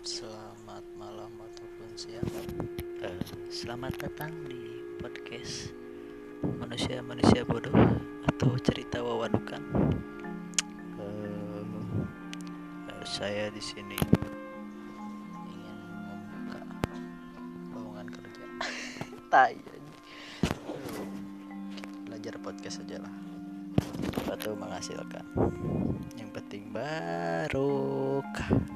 Selamat malam ataupun siang. Selamat datang di podcast manusia-manusia bodoh atau cerita wawadukan. Saya di sini ingin membuka lowongan kerja. Belajar podcast saja lah. Atau menghasilkan. Yang penting barokah.